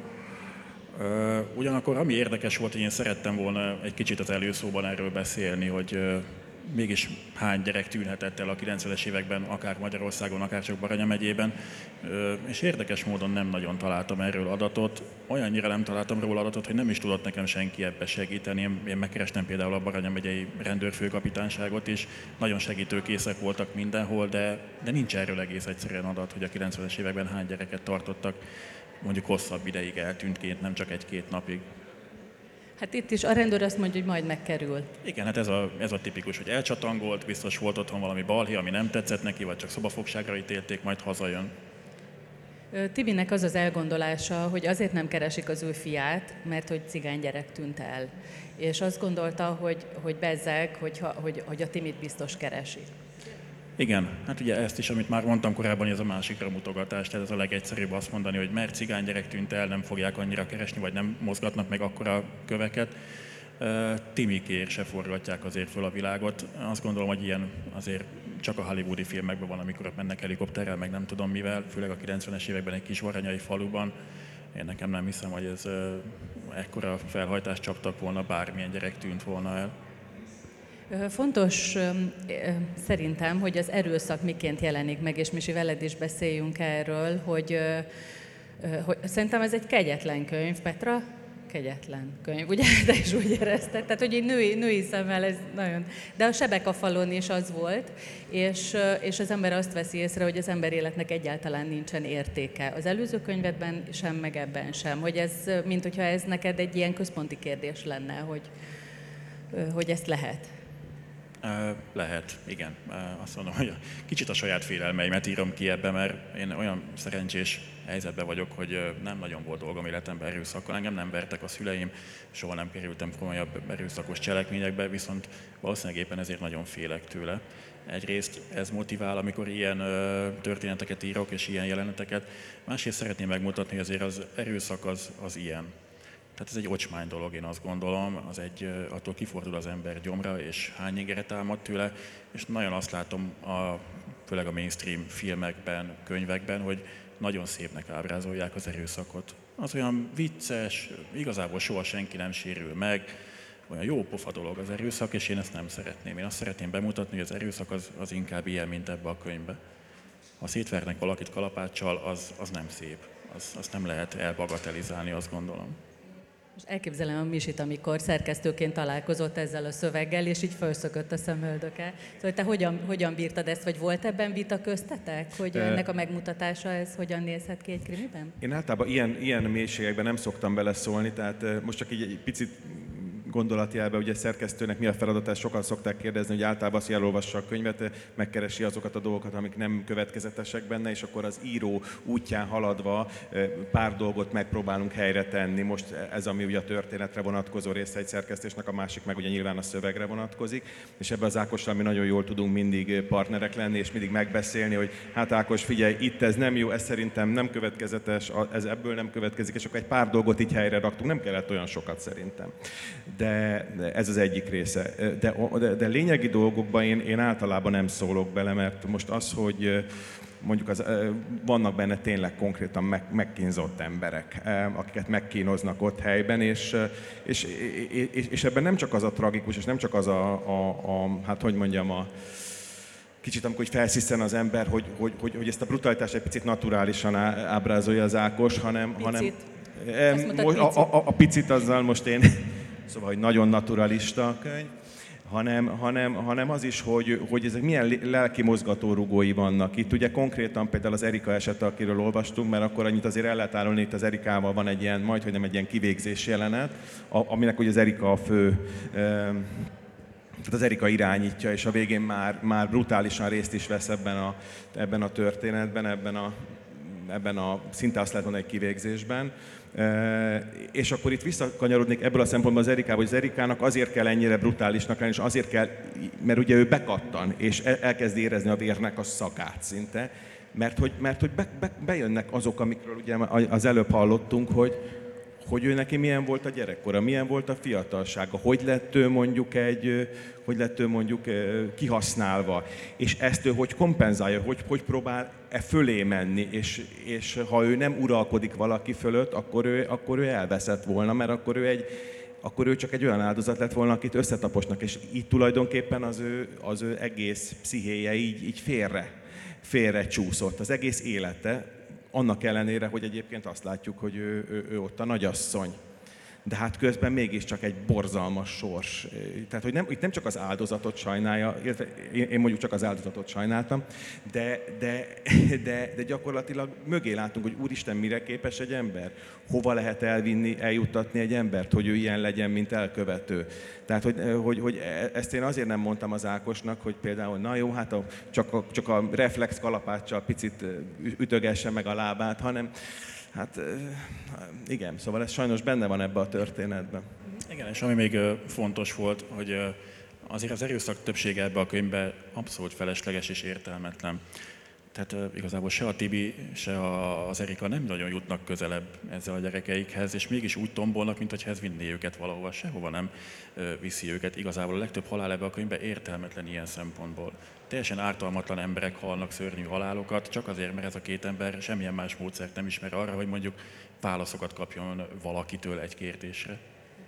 Ugyanakkor ami érdekes volt, hogy én szerettem volna egy kicsit az előszóban erről beszélni, hogy mégis hány gyerek tűnhetett el a kilencvenes években, akár Magyarországon, akár csak Baranya megyében, és érdekes módon nem nagyon találtam erről adatot. Olyannyira nem találtam róla adatot, hogy nem is tudott nekem senki ebbe segíteni. Én megkerestem például a Baranya megyei rendőrfőkapitányságot is, nagyon segítőkészek voltak mindenhol, de, de nincs erről egész egyszerűen adat, hogy a kilencvenes években hány gyereket tartottak mondjuk hosszabb ideig eltűntként, nem csak egy-két napig. Hát itt is a rendőr azt mondja, hogy majd megkerül. Igen, hát ez a, ez a tipikus, hogy elcsatangolt, biztos volt otthon valami balhé, ami nem tetszett neki, vagy csak szobafogságra ítélték, majd hazajön. Tibinek az az elgondolása, hogy azért nem keresik az ő fiát, mert hogy cigány gyerek tűnt el. És azt gondolta, hogy, hogy bezzeg, hogy, hogy, hogy a Timit biztos keresi. Igen, hát ugye ezt is, amit már mondtam korábban, ez a másikra mutogatás, tehát ez a legegyszerűbb azt mondani, hogy mert cigány gyerek tűnt el, nem fogják annyira keresni, vagy nem mozgatnak meg akkora köveket. Timikér se forgatják azért föl a világot. Azt gondolom, hogy ilyen azért csak a hollywoodi filmekben van, amikor ott mennek helikopterrel, meg nem tudom mivel, főleg a kilencvenes években egy kis varanyai faluban. Én nekem nem hiszem, hogy ez ekkora felhajtást csaptak volna, bármilyen gyerek tűnt volna el. Fontos szerintem, hogy az erőszak miként jelenik meg, és Misi, veled is beszéljünk erről, hogy, hogy szerintem ez egy kegyetlen könyv, Petra? Kegyetlen könyv, ugye? Te is úgy érezted. Tehát, hogy egy női, női szemmel ez nagyon... De a Sebek a falon is az volt, és, és az ember azt veszi észre, hogy az ember életnek egyáltalán nincsen értéke. Az előző könyvedben sem, meg ebben sem. Hogy ez, mint hogyha ez neked egy ilyen központi kérdés lenne, hogy, hogy ezt lehet. Lehet, igen. Azt mondom, hogy kicsit a saját félelmeimet írom ki ebbe, mert én olyan szerencsés helyzetben vagyok, hogy nem nagyon volt dolgom életemben erőszakkal. Engem nem vertek a szüleim, soha nem kerültem komolyabb erőszakos cselekményekbe, viszont valószínűleg éppen ezért nagyon félek tőle. Egyrészt ez motivál, amikor ilyen történeteket írok és ilyen jeleneteket. Másrészt szeretném megmutatni, hogy azért az erőszak az, az ilyen. Tehát ez egy ocsmány dolog, én azt gondolom, az egy, attól kifordul az ember gyomra, és hány ingeret támad tőle, és nagyon azt látom, a, főleg a mainstream filmekben, könyvekben, hogy nagyon szépnek ábrázolják az erőszakot. Az olyan vicces, igazából soha senki nem sérül meg, olyan jó pofa dolog az erőszak, és én ezt nem szeretném. Én azt szeretném bemutatni, hogy az erőszak az, az inkább ilyen, mint ebbe a könyvbe. Ha szétvernek valakit kalapáccsal, az, az nem szép. Az, azt nem lehet elbagatelizálni, azt gondolom. Most elképzelem a Misit, amikor szerkesztőként találkozott ezzel a szöveggel, és így felszökött a szemöldöke. Szóval te hogyan, hogyan bírtad ezt, vagy volt ebben vita köztetek, hogy ennek a megmutatása, ez hogyan nézhet ki egy krimiben? Én általában ilyen, ilyen mélységekben nem szoktam beleszólni, tehát most csak így egy picit gondolatjelbe, ugye szerkesztőnek mi a feladat, ezt sokan szokták kérdezni, hogy általában azt, hogy elolvassa a könyvet, megkeresi azokat a dolgokat, amik nem következetesek benne, és akkor az író útján haladva pár dolgot megpróbálunk helyre tenni. Most ez, ami ugye a történetre vonatkozó része egy szerkesztésnek, a másik meg ugye nyilván a szövegre vonatkozik, és ebben az Ákossal mi nagyon jól tudunk mindig partnerek lenni, és mindig megbeszélni, hogy hát Ákos, figyelj, itt ez nem jó, ez szerintem nem következetes, ez ebből nem következik, és akkor egy pár dolgot így helyre raktunk, nem kellett olyan sokat szerintem. De De ez az egyik része. De, de, de lényegi dolgokban én, én általában nem szólok bele, mert most az, hogy mondjuk az, vannak benne tényleg konkrétan meg, megkínzott emberek, akiket megkínoznak ott helyben, és, és, és, és ebben nem csak az a tragikus, és nem csak az a, a, a hát hogy mondjam, a kicsit, amikor hogy felsziszen az ember, hogy, hogy, hogy, hogy ezt a brutalitást egy picit naturálisan ábrázolja az Ákos, hanem... Picit. hanem most, a, a, a picit azzal most én... Szóval, hogy nagyon naturalista a könyv, hanem, hanem, hanem az is, hogy, hogy ezek milyen lelki mozgatórugói vannak. Itt ugye konkrétan például az Erika esete, akiről olvastunk, mert akkor annyit azért el lehet árulni, itt az Erikával van egy ilyen, majdhogy nem egy ilyen kivégzés jelenet, aminek ugye az Erika a fő, tehát az Erika irányítja, és a végén már, már brutálisan részt is vesz ebben a, ebben a történetben, ebben a, ebben a szinte azt lehet mondani egy kivégzésben. E, és akkor itt visszakanyarodnék ebből a szempontból az Erikába, hogy az Erikának azért kell ennyire brutálisnak lenni, és azért kell, mert ugye ő bekattan, és elkezd érezni a vérnek a szagát szinte, mert hogy, mert, hogy be, be, bejönnek azok, amikről ugye az előbb hallottunk, hogy, hogy ő neki milyen volt a gyerekkora, milyen volt a fiatalsága, hogy lett ő mondjuk egy, hogy lett ő mondjuk kihasználva, és ezt ő hogy kompenzálja, hogy, hogy próbál e fölé menni, és, és ha ő nem uralkodik valaki fölött, akkor ő, akkor ő elveszett volna, mert akkor ő, egy, akkor ő csak egy olyan áldozat lett volna, akit összetaposnak, és így tulajdonképpen az ő, az ő egész pszichéje így, így félre, félre csúszott, az egész élete, annak ellenére, hogy egyébként azt látjuk, hogy ő, ő, ő ott a nagyasszony. De hát közben mégiscsak egy borzalmas sors. Tehát, hogy nem, itt nem csak az áldozatot sajnálja, illetve én mondjuk csak az áldozatot sajnáltam, de, de, de, de gyakorlatilag mögé látunk, hogy úristen, mire képes egy ember? Hova lehet elvinni, eljuttatni egy embert, hogy ő ilyen legyen, mint elkövető? Tehát, hogy, hogy, hogy ezt én azért nem mondtam az Ákosnak, hogy például, na jó, hát a, csak, a, csak a reflex kalapáccsal picit ütögesse meg a lábát, hanem hát igen, szóval ez sajnos benne van ebbe a történetben. Igen, és ami még fontos volt, hogy azért az erőszak többsége ebbe a könyvben abszolút felesleges és értelmetlen. Tehát igazából se a Tibi, se az Erika nem nagyon jutnak közelebb ezzel a gyerekeikhez, és mégis úgy tombolnak, mintha ez vinné őket valahova, sehova nem viszi őket. Igazából a legtöbb halál ebbe a könyvben értelmetlen ilyen szempontból. Teljesen ártalmatlan emberek halnak szörnyű halálokat, csak azért, mert ez a két ember semmilyen más módszert nem ismer arra, hogy mondjuk válaszokat kapjon valakitől egy kérdésre.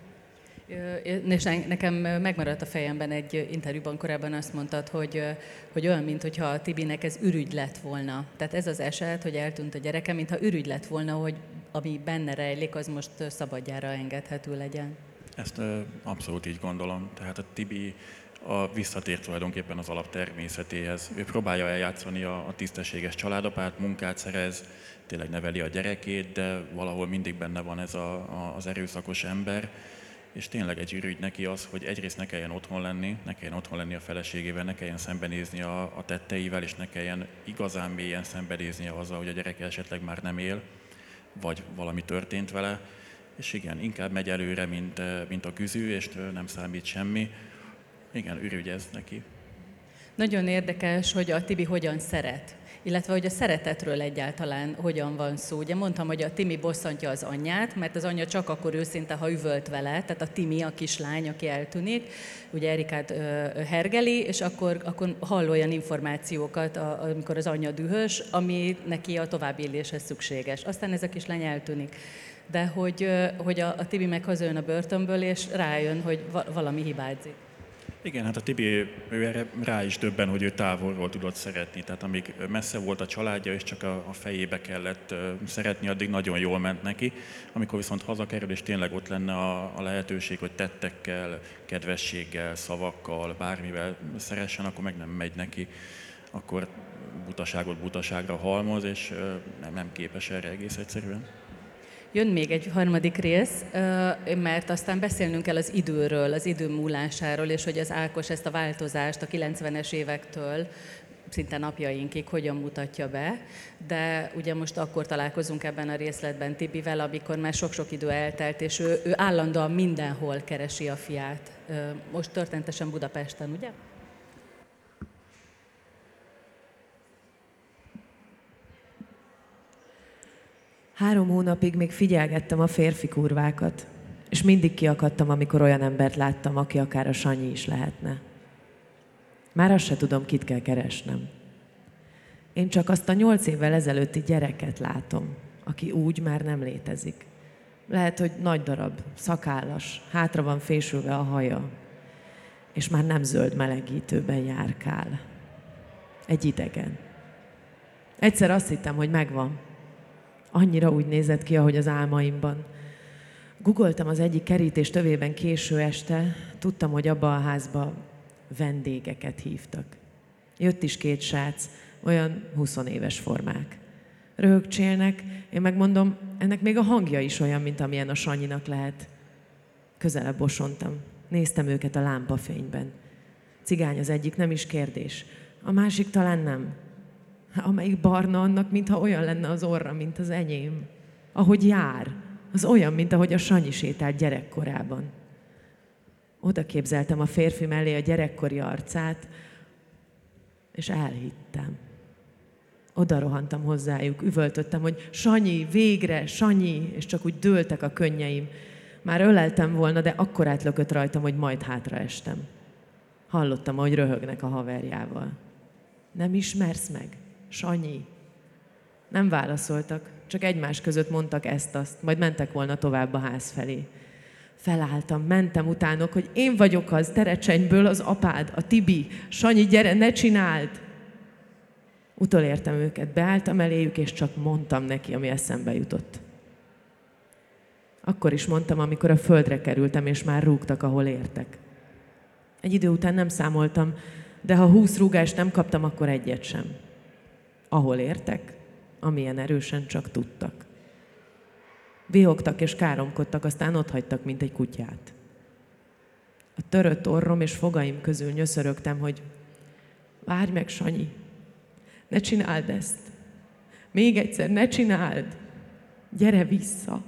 És nekem megmaradt a fejemben egy interjúban korábban azt mondtad, hogy, hogy olyan, mintha a Tibinek ez ürügy lett volna. Tehát ez az eset, hogy eltűnt a gyereke, mintha ürügy lett volna, hogy ami benne rejlik, az most szabadjára engedhető legyen. Ezt abszolút így gondolom. Tehát a Tibi a visszatér tulajdonképpen az alaptermészetéhez. Ő próbálja eljátszani a, a tisztességes családapát, munkát szerez, tényleg neveli a gyerekét, de valahol mindig benne van ez a, a, az erőszakos ember. És tényleg egy ürügy neki az, hogy egyrészt ne kelljen otthon lenni, ne kelljen otthon lenni a feleségével, ne kelljen szembenézni a, a tetteivel, és ne kelljen igazán mélyen szembenéznie azzal, hogy a gyereke esetleg már nem él, vagy valami történt vele. És igen, inkább megy előre, mint, mint a küzű, és nem számít semmi. Igen, ürügy ez neki. Nagyon érdekes, hogy a Tibi hogyan szeret, illetve hogy a szeretetről egyáltalán hogyan van szó. Ugye mondtam, hogy a Timi bosszantja az anyját, mert az anyja csak akkor őszinte, ha üvölt vele, tehát a Timi, a kislány, aki eltűnik, ugye Erikát ö, hergeli, és akkor, akkor hall olyan információkat, a, amikor az anyja dühös, ami neki a továbbéléshez szükséges. Aztán ez a kislány eltűnik. De hogy, hogy a, a Tibi meg hazajön a börtönből, és rájön, hogy va, valami hibázik. Igen, hát a Tibi ő erre rá is döbben, hogy ő távolról tudott szeretni. Tehát amíg messze volt a családja, és csak a, a fejébe kellett szeretni, addig nagyon jól ment neki. Amikor viszont hazakerül, és tényleg ott lenne a, a lehetőség, hogy tettekkel, kedvességgel, szavakkal, bármivel szeressen, akkor meg nem megy neki. Akkor butaságot butaságra halmoz, és nem, nem képes erre egész egyszerűen. Jön még egy harmadik rész, mert aztán beszélnünk kell az időről, az idő múlásáról, és hogy az Ákos ezt a változást a kilencvenes évektől szinte napjainkig hogyan mutatja be, de ugye most akkor találkozunk ebben a részletben Tibivel, amikor már sok-sok idő eltelt, és ő, ő állandóan mindenhol keresi a fiát. Most történetesen Budapesten, ugye? Három hónapig még figyelgettem a férfi kurvákat, és mindig kiakadtam, amikor olyan embert láttam, aki akár a Sanyi is lehetne. Már azt se tudom, kit kell keresnem. Én csak azt a nyolc évvel ezelőtti gyereket látom, aki úgy már nem létezik. Lehet, hogy nagy darab, szakállas, hátra van fésülve a haja, és már nem zöld melegítőben járkál. Egy idegen. Egyszer azt hittem, hogy megvan. Annyira úgy nézett ki, ahogy az álmaimban. Googoltam az egyik kerítés tövében késő este, tudtam, hogy abba a házba vendégeket hívtak. Jött is két srác, olyan huszonéves formák. Röhögcsélnek, én megmondom, ennek még a hangja is olyan, mint amilyen a Sanyinak lehet. Közelebb bosontam, néztem őket a lámpafényben. Cigány az egyik, nem is kérdés. A másik talán nem. Amelyik barna, annak mintha olyan lenne az orra, mint az enyém. Ahogy jár, az olyan, mint ahogy a Sanyi sétált gyerekkorában. Oda képzeltem a férfi mellé a gyerekkori arcát, és elhittem. Oda rohantam hozzájuk, üvöltöttem, hogy Sanyi, végre, Sanyi, és csak úgy dőltek a könnyeim. Már öleltem volna, de akkor átlökött rajtam, hogy majd hátraestem. Hallottam, ahogy röhögnek a haverjával. Nem ismersz meg? Sanyi. Nem válaszoltak, csak egymás között mondtak ezt-azt, majd mentek volna tovább a ház felé. Felálltam, mentem utánok, hogy én vagyok az, Terecsenyből az apád, a Tibi. Sanyi, gyere, ne csináld! Utolértem őket, beálltam eléjük, és csak mondtam neki, ami eszembe jutott. Akkor is mondtam, amikor a földre kerültem, és már rúgtak, ahol értek. Egy idő után nem számoltam, de ha húsz rúgást nem kaptam, akkor egyet sem. Ahol értek, amilyen erősen csak tudtak. Vihogtak és káromkodtak, aztán otthagytak, mint egy kutyát. A törött orrom és fogaim közül nyöszörögtem, hogy várj meg, Sanyi, ne csináld ezt. Még egyszer, ne csináld. Gyere vissza.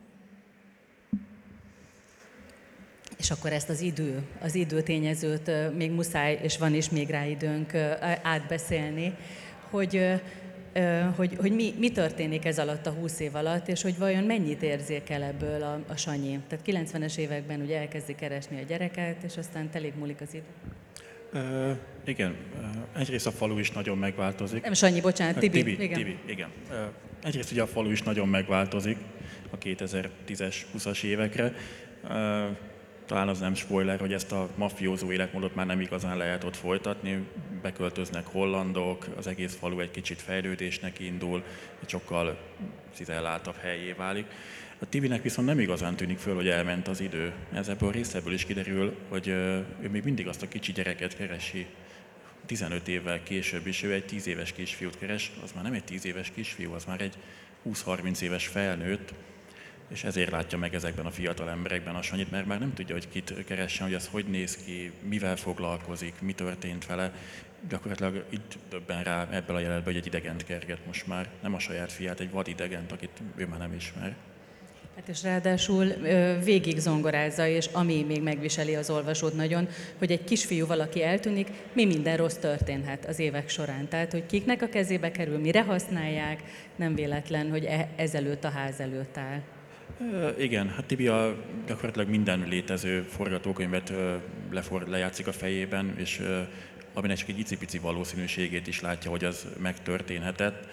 És akkor ezt az idő, az időtényezőt még muszáj, és van is még rá időnk átbeszélni, hogy, hogy, hogy mi, mi történik ez alatt a húsz év alatt, és hogy vajon mennyit érzékel ebből a, a Sanyi. Tehát kilencvenes években ugye elkezdi keresni a gyereket, és aztán telik múlik az idő. Uh, igen, uh, egyrészt a falu is nagyon megváltozik. Nem Sanyi, bocsánat, Tibi. Tibi, igen. Tibi, igen. Uh, egyrészt ugye a falu is nagyon megváltozik a kétezer-tízes, húszas évekre. Uh, talán az nem spoiler, hogy ezt a mafiózó életmódot már nem igazán lehet ott folytatni. Beköltöznek hollandok, az egész falu egy kicsit fejlődésnek indul, egy sokkal cizelláltabb helyé válik. A Tibinek viszont nem igazán tűnik föl, hogy elment az idő. Ez ebből a részebből is kiderül, hogy ő még mindig azt a kicsi gyereket keresi. tizenöt évvel később is ő egy tíz éves kisfiút keres, az már nem egy tíz éves kisfiú, az már egy húsz-harminc éves felnőtt, és ezért látja meg ezekben a fiatal emberekben a Sanyit, mert már nem tudja, hogy kit keressen, hogy az hogy néz ki, mivel foglalkozik, mi történt vele. Gyakorlatilag itt döbben rá ebből a jelenetben, hogy egy idegent kerget most már, nem a saját fiát, egy vadidegent, akit ő már nem ismer. Hát és ráadásul végig zongorázza, és ami még megviseli az olvasót nagyon, hogy egy kisfiú valaki eltűnik, mi minden rossz történhet az évek során. Tehát, hogy kiknek a kezébe kerül, mire használják, nem véletlen, hogy ezelőtt a ház előtt áll. Uh, igen, hát Tibi a, gyakorlatilag minden létező forgatókönyvet uh, lefor, lejátszik a fejében, és uh, aminek csak egy icipici valószínűségét is látja, hogy az megtörténhetett.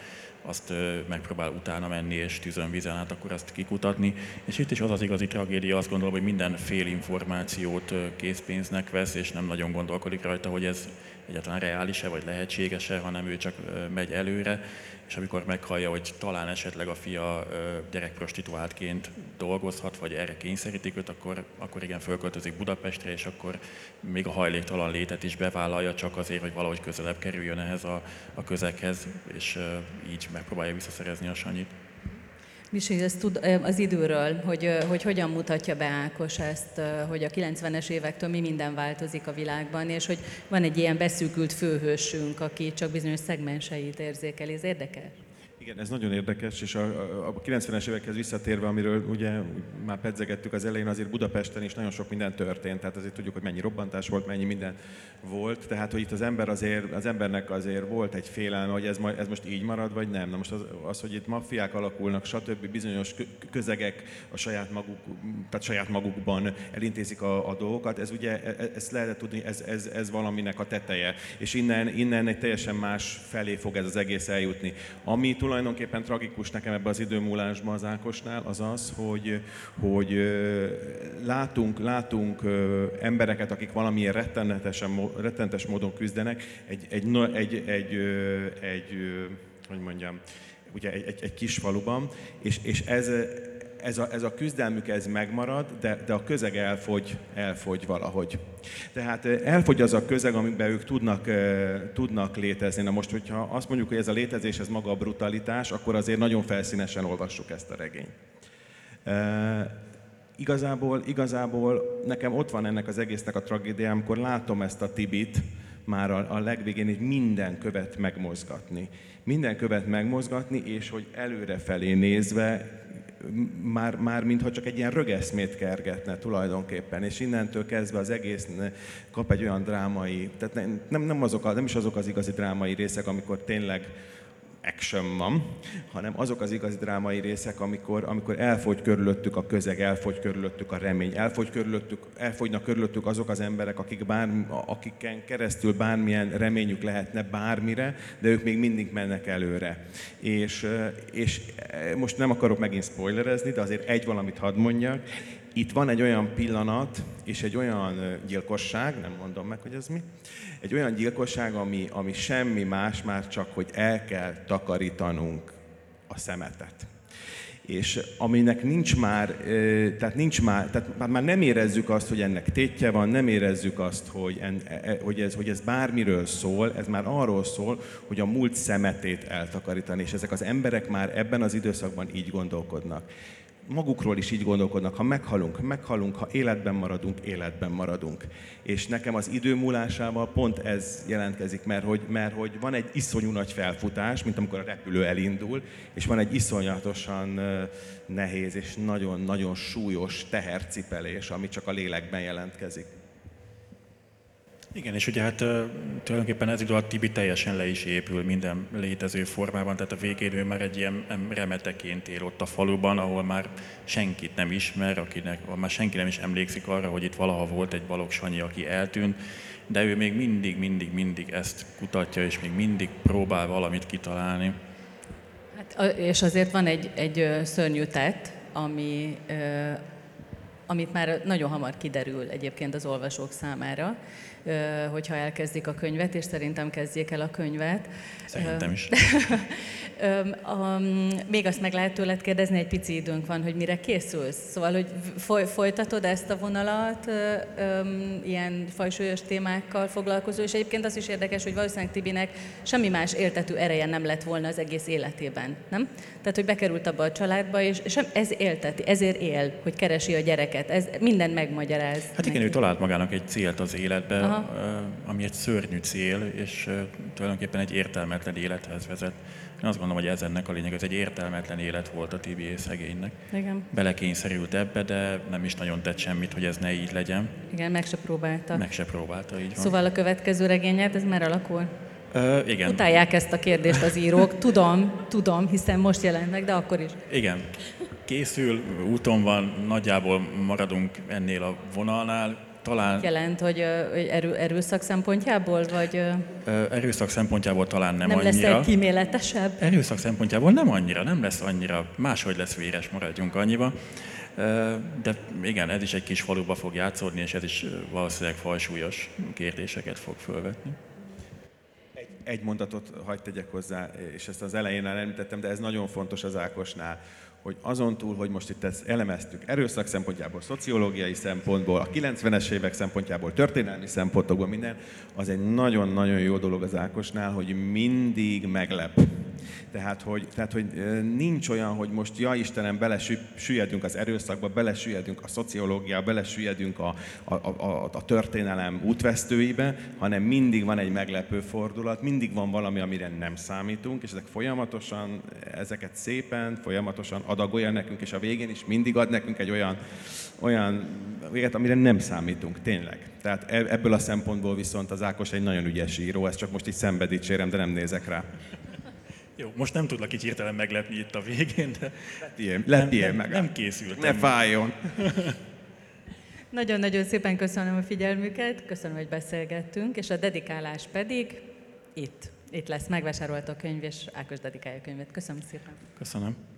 azt megpróbál utána menni és tűzön vízen át akkor azt kikutatni. És itt is az az igazi tragédia, azt gondolom, hogy minden fél információt készpénznek vesz, és nem nagyon gondolkodik rajta, hogy ez egyáltalán reális-e vagy lehetséges-e, hanem ő csak megy előre, és amikor meghallja, hogy talán esetleg a fia gyerekprostituáltként dolgozhat, vagy erre kényszerítik őt, akkor, akkor igen, fölköltözik Budapestre, és akkor még a hajléktalan létet is bevállalja csak azért, hogy valahogy közelebb kerüljön ehhez a, a közeghez, és így megpróbálja visszaszerezni a Sanyit. Misi, ezt tud az időről, hogy, hogy hogyan mutatja be Ákos ezt, hogy a kilencvenes évektől mi minden változik a világban, és hogy van egy ilyen beszűkült főhősünk, aki csak bizonyos szegmenseit érzékeli. Ez érdekes? Igen, ez nagyon érdekes, és a, a, a kilencvenes évekhez visszatérve, amiről ugye már pedzegettük az elején, azért Budapesten is nagyon sok minden történt, tehát azért tudjuk, hogy mennyi robbantás volt, mennyi minden volt, tehát hogy itt az ember azért, az embernek azért volt egy félelme, hogy ez, ez most így marad, vagy nem. Na most az, az hogy itt maffiák alakulnak, stb. Bizonyos közegek a saját maguk, tehát saját magukban elintézik a, a dolgokat, ez ugye, ezt lehet tudni, ez, ez, ez valaminek a teteje, és innen, innen egy teljesen más felé fog ez az egész eljutni. Ami tulajdonképpen tragikus nekem ebben az időmúlásban az Ákosnál, az az, hogy, hogy látunk, látunk embereket, akik valamilyen rettenetesen, rettenetes módon küzdenek, egy, egy, egy, egy, egy, egy hogy mondjam, ugye egy, egy, egy kis faluban, és, és ez, ez, a, ez a küzdelmük ez megmarad, de, de a közeg elfogy, elfogy valahogy. Tehát elfogy az a közeg, amiben ők tudnak, tudnak létezni. Na most, hogyha azt mondjuk, hogy ez a létezés, ez maga a brutalitás, akkor azért nagyon felszínesen olvassuk ezt a regényt. E, igazából, igazából nekem ott van ennek az egésznek a tragédia, amikor látom ezt a Tibit, már a, a legvégén, hogy minden követ megmozgatni. Minden követ megmozgatni, és hogy előrefelé nézve már, már mintha csak egy ilyen rögeszmét kergetne tulajdonképpen, és innentől kezdve az egész kap egy olyan drámai, tehát nem, nem, azok a, nem is azok az igazi drámai részek, amikor tényleg action van, hanem azok az igazi drámai részek, amikor, amikor elfogy körülöttük a közeg, elfogy körülöttük a remény, elfogy körülöttük, elfogynak körülöttük azok az emberek, akik bár, akiken keresztül bármilyen reményük lehetne bármire, de ők még mindig mennek előre. És, és most nem akarok megint spoilerezni, de azért egy valamit hadd mondjak. Itt van egy olyan pillanat, és egy olyan gyilkosság, nem mondom meg, hogy ez mi, egy olyan gyilkosság, ami, ami semmi más, már csak, hogy el kell takarítanunk a szemetet. És aminek nincs már, tehát nincs már, tehát már nem érezzük azt, hogy ennek tétje van, nem érezzük azt, hogy, en, hogy, ez, hogy ez bármiről szól, ez már arról szól, hogy a múlt szemetét eltakarítani, és ezek az emberek már ebben az időszakban így gondolkodnak. Magukról is így gondolkodnak, ha meghalunk, meghalunk, ha életben maradunk, életben maradunk. És nekem az idő múlásával pont ez jelentkezik, mert hogy, mert hogy van egy iszonyú nagy felfutás, mint amikor a repülő elindul, és van egy iszonyatosan nehéz és nagyon-nagyon súlyos tehercipelés, ami csak a lélekben jelentkezik. Igen, és ugye hát tulajdonképpen ez idő alatt Tibi teljesen le is épül minden létező formában, tehát a végén ő már egy ilyen remeteként él ott a faluban, ahol már senkit nem ismer, akinek már senki nem is emlékszik arra, hogy itt valaha volt egy Balogh Sanyi, aki eltűnt, de ő még mindig, mindig, mindig ezt kutatja, és még mindig próbál valamit kitalálni. Hát, és azért van egy, egy szörnyű tett, ami, amit már nagyon hamar kiderül egyébként az olvasók számára, hogyha elkezdik a könyvet, és szerintem kezdjék el a könyvet. Szerintem is. Még azt meg lehet tőled kérdezni, egy pici időnk van, hogy mire készülsz. Szóval, hogy folytatod ezt a vonalat, ilyen fajsúlyos témákkal foglalkozó, és egyébként az is érdekes, hogy valószínűleg Tibinek semmi más éltető ereje nem lett volna az egész életében, nem? Tehát, hogy bekerült abba a családba, és sem, ez élteti, ezért él, hogy keresi a gyereket, ez mindent megmagyaráz. Hát igen, neki. ő talált magának egy célt az életbe, Aha. ami egy szörnyű cél, és tulajdonképpen egy értelmetlen élethez vezet. Én azt gondolom, hogy ez ennek a lényeg, ez egy értelmetlen élet volt a Tibi szegénynek. Igen. Belekényszerült ebbe, de nem is nagyon tett semmit, hogy ez ne így legyen. Igen, meg se próbálta. Meg se próbálta, így van. Szóval a következő regényed, ez már alakul? Uh, igen. Utálják ezt a kérdést az írók. Tudom, tudom, hiszen most jelent meg, de akkor is. Igen. Készül, úton van, nagyjából maradunk ennél a vonalnál. talán... Jelent, hogy ö, hogy erő, erőszak szempontjából, vagy ö, Ö, Erőszak szempontjából talán nem, nem annyira. lesz egy kíméletesebb? Erőszak szempontjából nem annyira, nem lesz annyira, máshogy lesz véres, maradjunk annyiba. Ö, De igen, ez is egy kis faluba fog játszódni, és ez is valószínűleg fajsúlyos kérdéseket fog fölvetni. Egy, egy mondatot hadd tegyek hozzá, és ezt az elején már említettem, de ez nagyon fontos az Ákosnál, hogy azon túl, hogy most itt ezt elemeztük erőszak szempontjából, szociológiai szempontból, a kilencvenes évek szempontjából, történelmi szempontokból minden, az egy nagyon-nagyon jó dolog az Ákosnál, hogy mindig meglep. Tehát hogy, tehát, hogy nincs olyan, hogy most, ja Istenem, belesüllyedünk az erőszakba, belesüllyedünk a szociológiába, belesüllyedünk a, a, a, a történelem útvesztőibe, hanem mindig van egy meglepő fordulat, mindig van valami, amire nem számítunk, és ezek folyamatosan, ezeket szépen, folyamatosan adagolja nekünk, és a végén is mindig ad nekünk egy olyan, olyan véget, amire nem számítunk, tényleg. Tehát ebből a szempontból viszont az Ákos egy nagyon ügyes író, ezt csak most így szenvedítsérem, de nem nézek rá. Jó, most nem tudlak így hirtelen meglepni itt a végén, de Lepjél, lepjél nem, meg. nem készültem. Ne fájjon. Nagyon-nagyon szépen köszönöm a figyelmüket, köszönöm, hogy beszélgettünk, és a dedikálás pedig itt. Itt lesz, megvásárolta a könyv, és Ákos dedikálja a könyvet. Köszönöm szépen. Köszönöm.